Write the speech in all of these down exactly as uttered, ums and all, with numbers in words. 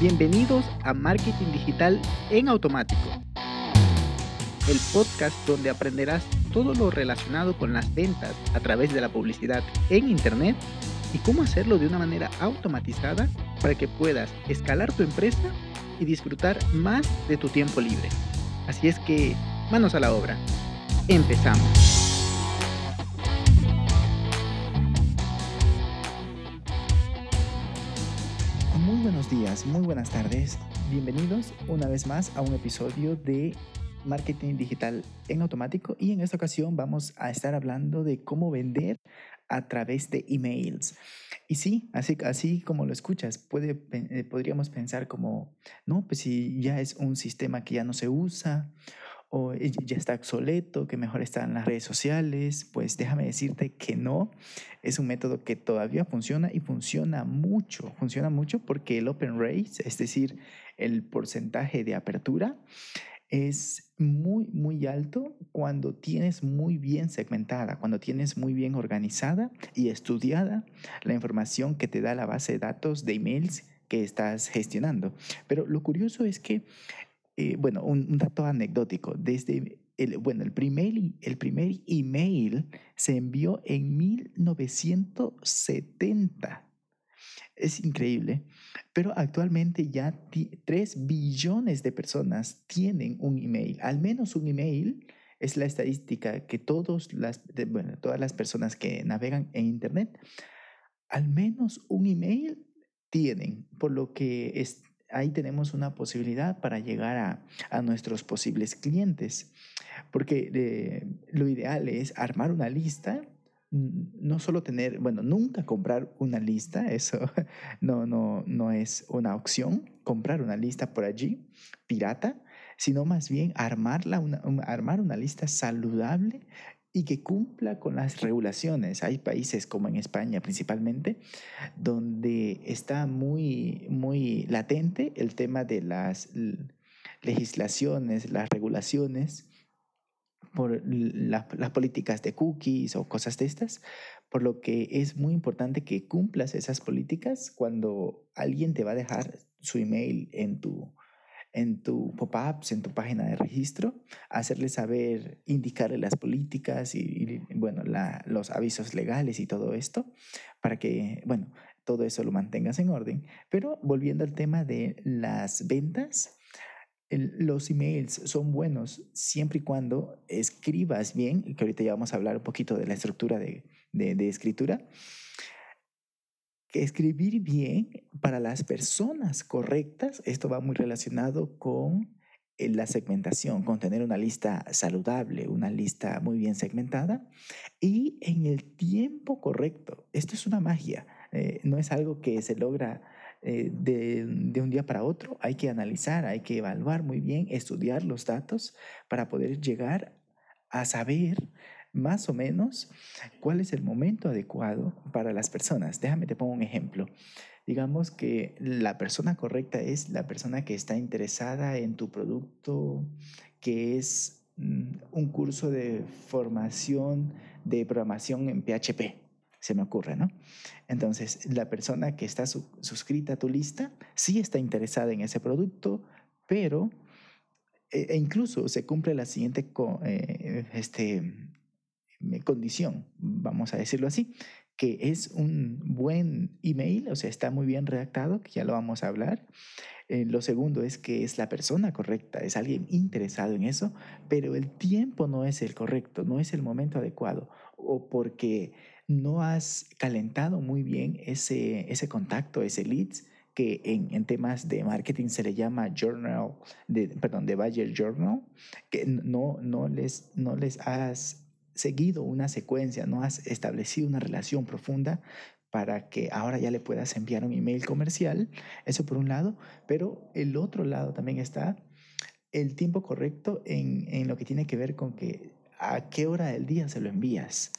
Bienvenidos a Marketing Digital en Automático, el podcast donde aprenderás todo lo relacionado con las ventas a través de la publicidad en Internet y cómo hacerlo de una manera automatizada para que puedas escalar tu empresa y disfrutar más de tu tiempo libre. Así es que, manos a la obra. Empezamos. Muy buenos días, muy buenas tardes. Bienvenidos una vez más a un episodio de Marketing Digital en Automático, y en esta ocasión vamos a estar hablando de cómo vender a través de emails. Y sí, así, así como lo escuchas, puede, eh, podríamos pensar como, no, pues si ya es un sistema que ya no se usa o ya está obsoleto, que mejor está en las redes sociales, pues déjame decirte que no. Es un método que todavía funciona y funciona mucho, funciona mucho porque el open rate, es decir, el porcentaje de apertura, es muy, muy alto cuando tienes muy bien segmentada, cuando tienes muy bien organizada y estudiada la información que te da la base de datos de emails que estás gestionando. Pero lo curioso es que, eh, bueno, un, un dato anecdótico, desde el, bueno, el primer, el primer email se envió en mil novecientos setenta. Es increíble, pero actualmente ya tres billones de personas tienen un email, al menos un email. Es la estadística que todos las, de, bueno, todas las personas que navegan en Internet, al menos un email tienen, por lo que es, ahí tenemos una posibilidad para llegar a, a nuestros posibles clientes, porque eh, lo ideal es armar una lista. No solo tener, bueno, nunca comprar una lista, eso no, no, no es una opción, comprar una lista por allí, pirata, sino más bien armarla una, un, armar una lista saludable y que cumpla con las regulaciones. Hay países como en España principalmente, donde está muy, muy latente el tema de las legislaciones, las regulaciones por la, las políticas de cookies o cosas de estas, por lo que es muy importante que cumplas esas políticas cuando alguien te va a dejar su email en tu, en tu pop-ups, en tu página de registro, hacerle saber, indicarle las políticas y, y bueno, la, los avisos legales y todo esto, para que, bueno, todo eso lo mantengas en orden. Pero volviendo al tema de las ventas, el, los emails son buenos siempre y cuando escribas bien, que ahorita ya vamos a hablar un poquito de la estructura de, de, de escritura. Que escribir bien para las personas correctas, esto va muy relacionado con eh, la segmentación, con tener una lista saludable, una lista muy bien segmentada y en el tiempo correcto. Esto es una magia, eh, no es algo que se logra eh, de, de un día para otro. Hay que analizar, hay que evaluar muy bien, estudiar los datos para poder llegar a saber más o menos cuál es el momento adecuado para las personas. Déjame te pongo un ejemplo. Digamos que la persona correcta es la persona que está interesada en tu producto, que es mm, un curso de formación de programación en P H P, se me ocurre, ¿no? Entonces, la persona que está su- suscrita a tu lista sí está interesada en ese producto, pero e, e incluso se cumple la siguiente co- eh, este, condición, vamos a decirlo así, que es un buen email, o sea, está muy bien redactado, que ya lo vamos a hablar. Eh, lo segundo es que es la persona correcta, es alguien interesado en eso, pero el tiempo no es el correcto, no es el momento adecuado, o porque no has calentado muy bien ese, ese contacto, ese leads, que en, en temas de marketing se le llama journal, de, perdón, de Buyer Journal, que no, no, les, no les has seguido una secuencia, no has establecido una relación profunda para que ahora ya le puedas enviar un email comercial. Eso por un lado, pero el otro lado también está el tiempo correcto en, en lo que tiene que ver con que a qué hora del día se lo envías.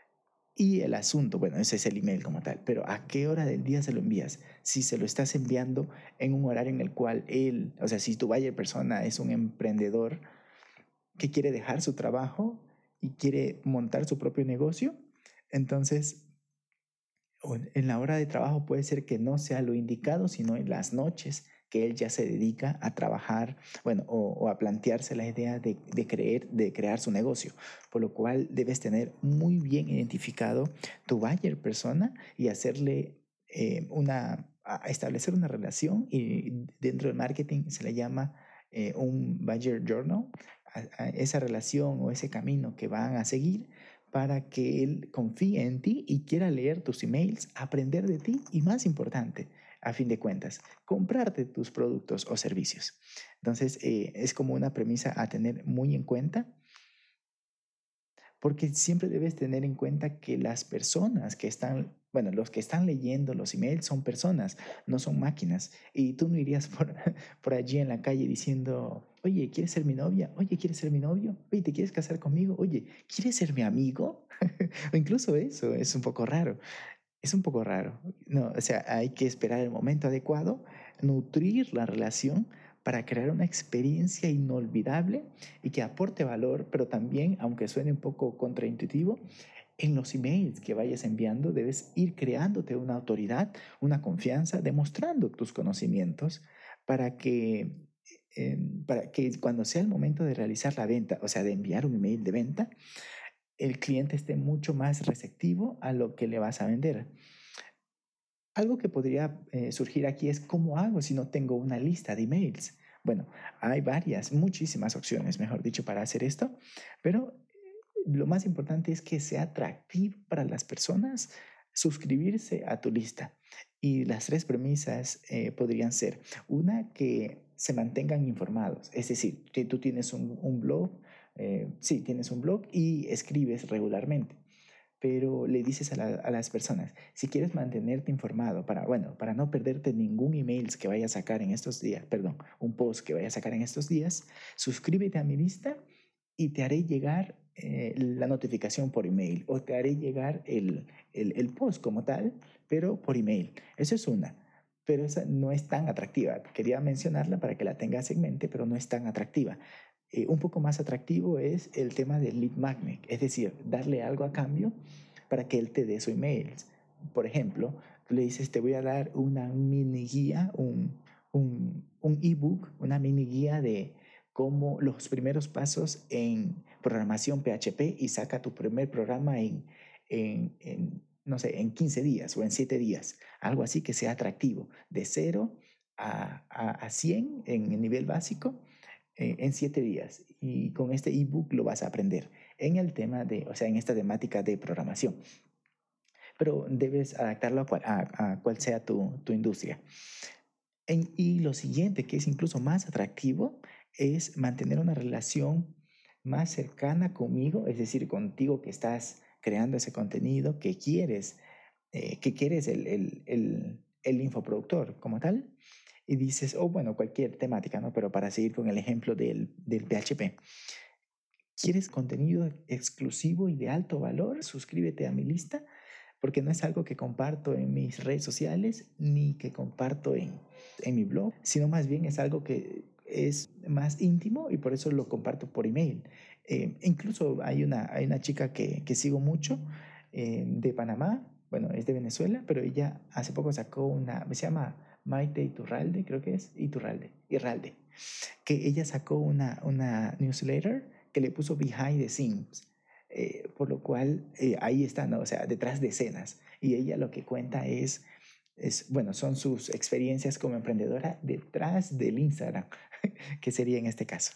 Y el asunto, bueno, ese es el email como tal, pero ¿a qué hora del día se lo envías? Si se lo estás enviando en un horario en el cual él, o sea, si tu buyer persona es un emprendedor que quiere dejar su trabajo y quiere montar su propio negocio, entonces en la hora de trabajo puede ser que no sea lo indicado, sino en las noches, que él ya se dedica a trabajar, bueno, o, o a plantearse la idea de, de, creer, de crear su negocio, por lo cual debes tener muy bien identificado tu buyer persona y hacerle eh, una, a establecer una relación, y dentro del marketing se le llama eh, un buyer journal, a, a esa relación o ese camino que van a seguir para que él confíe en ti y quiera leer tus emails, aprender de ti y, más importante, a fin de cuentas, comprarte tus productos o servicios. Entonces, eh, es como una premisa a tener muy en cuenta, porque siempre debes tener en cuenta que las personas que están, bueno, los que están leyendo los emails son personas, no son máquinas. Y tú no irías por, por allí en la calle diciendo, oye, ¿quieres ser mi novia? Oye, ¿quieres ser mi novio? Oye, ¿te quieres casar conmigo? Oye, ¿quieres ser mi amigo? O incluso eso es un poco raro. Es un poco raro. No, o sea, hay que esperar el momento adecuado, nutrir la relación para crear una experiencia inolvidable y que aporte valor, pero también, aunque suene un poco contraintuitivo, en los emails que vayas enviando debes ir creándote una autoridad, una confianza, demostrando tus conocimientos para que, eh, para que cuando sea el momento de realizar la venta, o sea, de enviar un email de venta, el cliente esté mucho más receptivo a lo que le vas a vender. Algo que podría eh, surgir aquí es cómo hago si no tengo una lista de emails. Bueno, hay varias, muchísimas opciones, mejor dicho, para hacer esto, pero lo más importante es que sea atractivo para las personas suscribirse a tu lista. Y las tres premisas eh, podrían ser: una, que se mantengan informados, es decir, que tú tienes un, un blog, eh, sí, tienes un blog y escribes regularmente, pero le dices a, la, a, las personas, si quieres mantenerte informado, para, bueno, para no perderte ningún email que vaya a sacar en estos días, perdón, un post que vaya a sacar en estos días, suscríbete a mi lista y te haré llegar eh, la notificación por email, o te haré llegar el, el, el post como tal, pero por email. Eso es una, pero esa no es tan atractiva. Quería mencionarla para que la tengas en mente, pero no es tan atractiva. Eh, un poco más atractivo es el tema del lead magnet, es decir, darle algo a cambio para que él te dé su email. Por ejemplo, tú le dices, te voy a dar una mini guía, un, un, un ebook, una mini guía de cómo los primeros pasos en programación P H P, y saca tu primer programa en, en, en no sé, en quince días o en siete días. Algo así que sea atractivo, de cero a, a, a cien en el nivel básico, eh, en siete días. Y con este ebook lo vas a aprender en el tema de, o sea, en esta temática de programación. Pero debes adaptarlo a cual, a, a cual sea tu, tu industria. En, y lo siguiente, que es incluso más atractivo, es mantener una relación más cercana conmigo, es decir, contigo que estás creando ese contenido, que quieres, eh, que quieres el, el, el, el infoproductor como tal, y dices, o oh, bueno, cualquier temática, ¿no? Pero para seguir con el ejemplo del, del P H P, ¿quieres contenido exclusivo y de alto valor? Suscríbete a mi lista, porque no es algo que comparto en mis redes sociales ni que comparto en, en mi blog, sino más bien es algo que es más íntimo y por eso lo comparto por email. Eh, incluso hay una, hay una chica que, que sigo mucho, eh, de Panamá, bueno, es de Venezuela, pero ella hace poco sacó una, se llama Maite Iturralde, creo que es, Iturralde, Irralde, que ella sacó una, una newsletter que le puso Behind the Scenes. Eh, por lo cual eh, ahí está, ¿no? O sea, detrás de escenas. Y ella lo que cuenta es, es, bueno, son sus experiencias como emprendedora detrás del Instagram, que sería en este caso.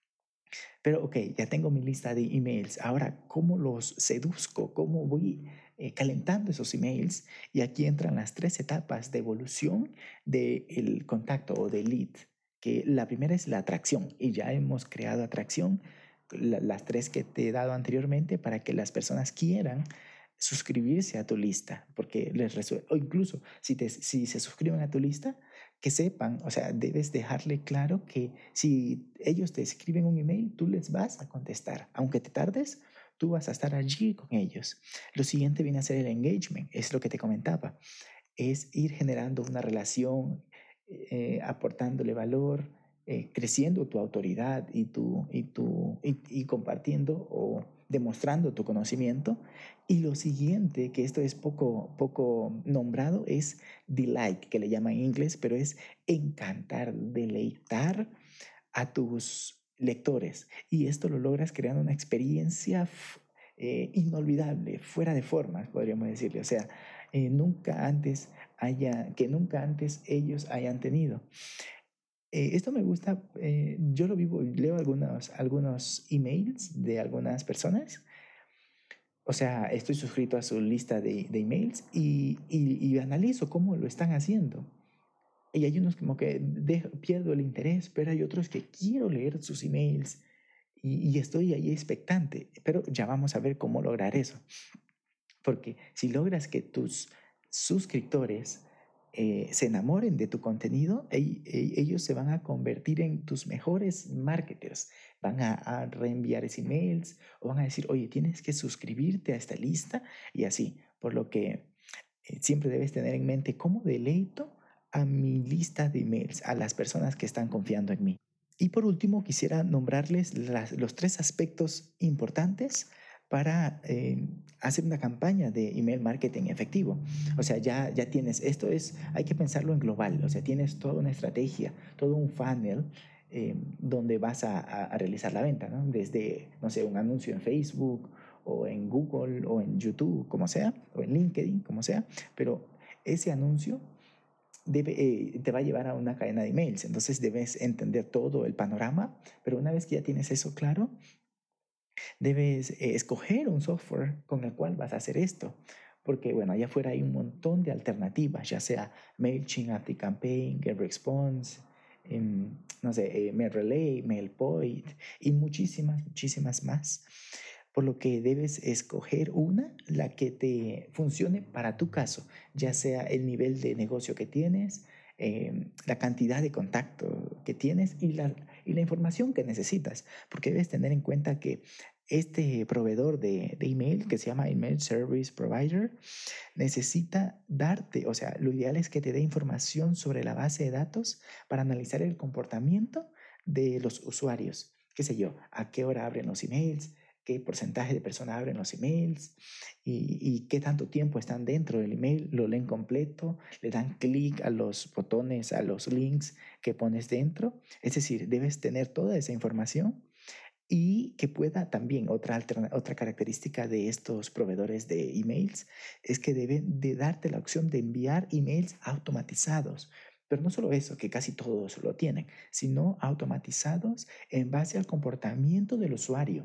Pero, ok, ya tengo mi lista de emails. Ahora, ¿cómo los seduzco? ¿Cómo voy eh, calentando esos emails? Y aquí entran las tres etapas de evolución del contacto o del lead. Que la primera es la atracción, y ya hemos creado atracción, la, las tres que te he dado anteriormente, para que las personas quieran suscribirse a tu lista, porque les resuelve, o incluso si, te, si se suscriben a tu lista, que sepan, o sea, debes dejarle claro que si ellos te escriben un email, tú les vas a contestar, aunque te tardes, tú vas a estar allí con ellos. Lo siguiente viene a ser el engagement, es lo que te comentaba, es ir generando una relación, eh, aportándole valor, eh, creciendo tu autoridad y, tu, y, tu, y, y compartiendo o demostrando tu conocimiento. Y lo siguiente, que esto es poco, poco nombrado, es delight, que le llaman en inglés, pero es encantar, deleitar a tus lectores. Y esto lo logras creando una experiencia eh, inolvidable, fuera de formas, podríamos decirle. O sea, eh, nunca antes haya, que nunca antes ellos hayan tenido. Eh, esto me gusta, eh, yo lo vivo, leo algunos, algunos emails de algunas personas. O sea, estoy suscrito a su lista de, de emails y, y, y analizo cómo lo están haciendo. Y hay unos como que de, pierdo el interés, pero hay otros que quiero leer sus emails y, y estoy ahí expectante. Pero ya vamos a ver cómo lograr eso. Porque si logras que tus suscriptores eh, se enamoren de tu contenido, e, e, ellos se van a convertir en tus mejores marketers. Van a, a reenviar emails o van a decir, oye, tienes que suscribirte a esta lista y así. Por lo que eh, siempre debes tener en mente cómo deleito a mi lista de emails, a las personas que están confiando en mí. Y por último, quisiera nombrarles las, los tres aspectos importantes para eh, hacer una campaña de email marketing efectivo. O sea, ya, ya tienes, esto es, hay que pensarlo en global, o sea, tienes toda una estrategia, todo un funnel eh, donde vas a, a, a realizar la venta, ¿no? Desde, no sé, un anuncio en Facebook o en Google o en YouTube, como sea, o en LinkedIn, como sea, pero ese anuncio Debe, eh, te va a llevar a una cadena de emails. Entonces debes entender todo el panorama, pero una vez que ya tienes eso claro, debes eh, escoger un software con el cual vas a hacer esto. Porque, bueno, allá afuera hay un montón de alternativas, ya sea MailChimp, ActiveCampaign, GetResponse, eh, no sé, eh, MailRelay, MailPoint y muchísimas, muchísimas más. Por lo que debes escoger una, la que te funcione para tu caso, ya sea el nivel de negocio que tienes, eh, la cantidad de contacto que tienes y la, y la información que necesitas, porque debes tener en cuenta que este proveedor de, de email, que se llama Email Service Provider, necesita darte, o sea, lo ideal es que te dé información sobre la base de datos para analizar el comportamiento de los usuarios. Qué sé yo, a qué hora abren los emails, qué porcentaje de personas abren los emails y, y qué tanto tiempo están dentro del email, lo leen completo, le dan clic a los botones, a los links que pones dentro. Es decir, debes tener toda esa información y que pueda también, otra, alterna, otra característica de estos proveedores de emails es que deben de darte la opción de enviar emails automatizados. Pero no solo eso, que casi todos lo tienen, sino automatizados en base al comportamiento del usuario.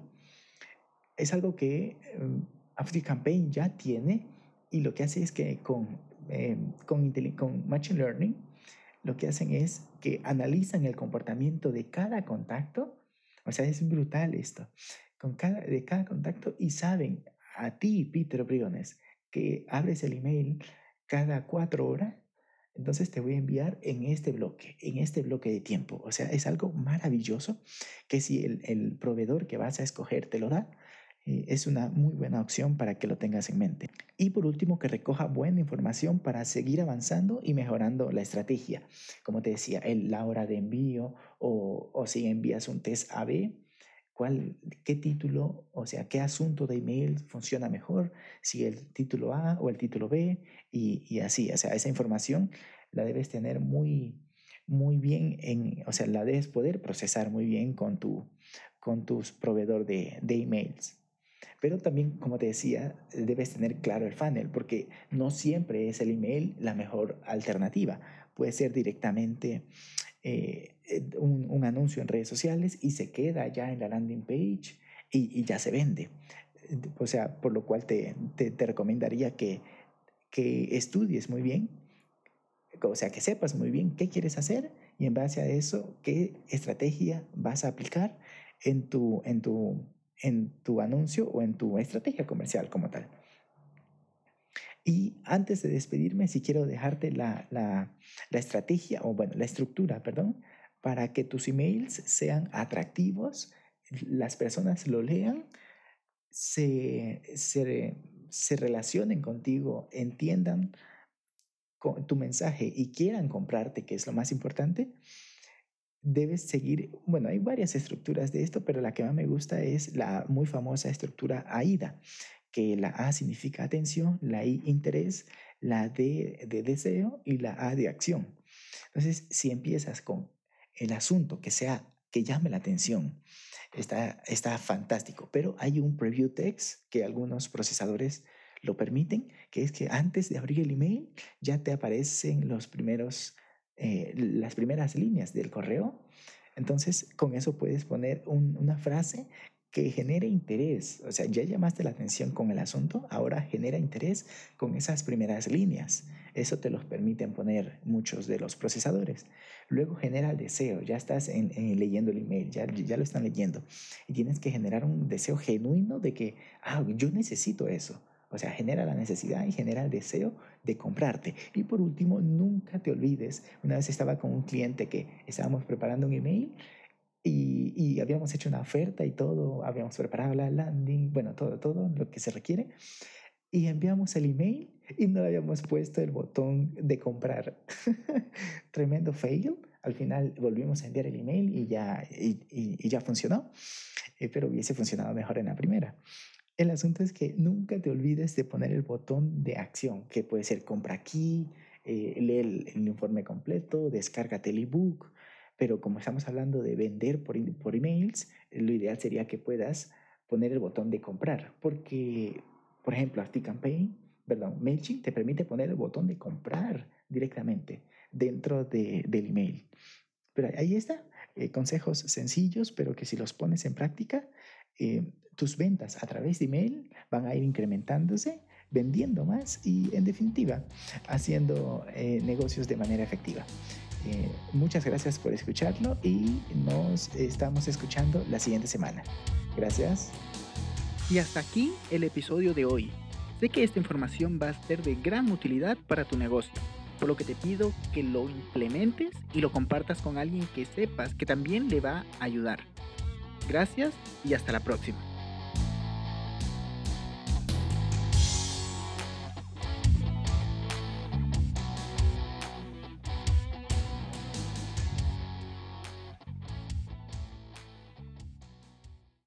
Es algo que um, ActiveCampaign ya tiene y lo que hace es que con, eh, con, con Machine Learning lo que hacen es que analizan el comportamiento de cada contacto. O sea, es brutal esto. Con cada, de cada contacto y saben a ti, Peter Briones, que abres el email cada cuatro horas, entonces te voy a enviar en este bloque, en este bloque de tiempo. O sea, es algo maravilloso que si el, el proveedor que vas a escoger te lo da, eh, es una muy buena opción para que lo tengas en mente. Y por último, que recoja buena información para seguir avanzando y mejorando la estrategia. Como te decía, el, la hora de envío o, o si envías un test A B, ¿cuál, qué título, o sea, qué asunto de email funciona mejor? Si el título A o el título B y, y así. O sea, esa información la debes tener muy, muy bien, en, o sea, la debes poder procesar muy bien con tu, con tu proveedor de, de emails. Pero también, como te decía, debes tener claro el funnel, porque no siempre es el email la mejor alternativa. Puede ser directamente eh, un, un anuncio en redes sociales y se queda ya en la landing page y, y ya se vende. O sea, por lo cual te, te, te recomendaría que, que estudies muy bien, o sea, que sepas muy bien qué quieres hacer y en base a eso, qué estrategia vas a aplicar en tu, en tu, en tu anuncio o en tu estrategia comercial como tal. Y antes de despedirme, sí quiero dejarte la, la, la estrategia, o bueno, la estructura, perdón, para que tus emails sean atractivos, las personas lo lean, se, se, se relacionen contigo, entiendan con tu mensaje y quieran comprarte, que es lo más importante. debes seguir, bueno, hay varias estructuras de esto, pero la que más me gusta es la muy famosa estructura AIDA, que la A significa atención, la I interés, la D de deseo y la A de acción. Entonces, si empiezas con el asunto que sea, que llame la atención, está, está fantástico, pero hay un preview text que algunos procesadores lo permiten, que es que antes de abrir el email ya te aparecen los primeros, eh, las primeras líneas del correo. Entonces, con eso puedes poner un, una frase que genere interés. O sea, ya llamaste la atención con el asunto, ahora genera interés con esas primeras líneas. Eso te los permiten poner muchos de los procesadores. Luego genera el deseo, ya estás en, en leyendo el email, ya, ya lo están leyendo. Y tienes que generar un deseo genuino de que, ah, yo necesito eso. O sea, genera la necesidad y genera el deseo de comprarte. Y por último, nunca te olvides, una vez estaba con un cliente que estábamos preparando un email y, y habíamos hecho una oferta y todo, habíamos preparado la landing, bueno, todo, todo lo que se requiere. Y enviamos el email y no habíamos puesto el botón de comprar. Tremendo fail. Al final volvimos a enviar el email y ya, y, y, y ya funcionó, eh, pero hubiese funcionado mejor en la primera. El asunto es que nunca te olvides de poner el botón de acción, que puede ser compra aquí, eh, lee el, el informe completo, descárgate el ebook, pero como estamos hablando de vender por, por emails, lo ideal sería que puedas poner el botón de comprar, porque, por ejemplo, ActiveCampaign, perdón, MailChimp te permite poner el botón de comprar directamente dentro de, del email. Pero ahí está, eh, consejos sencillos, pero que si los pones en práctica, eh, tus ventas a través de email van a ir incrementándose, vendiendo más y, en definitiva, haciendo eh, negocios de manera efectiva. Eh, muchas gracias por escucharlo y nos estamos escuchando la siguiente semana. Gracias. Y hasta aquí el episodio de hoy. Sé que esta información va a ser de gran utilidad para tu negocio, por lo que te pido que lo implementes y lo compartas con alguien que sepas que también le va a ayudar. Gracias y hasta la próxima.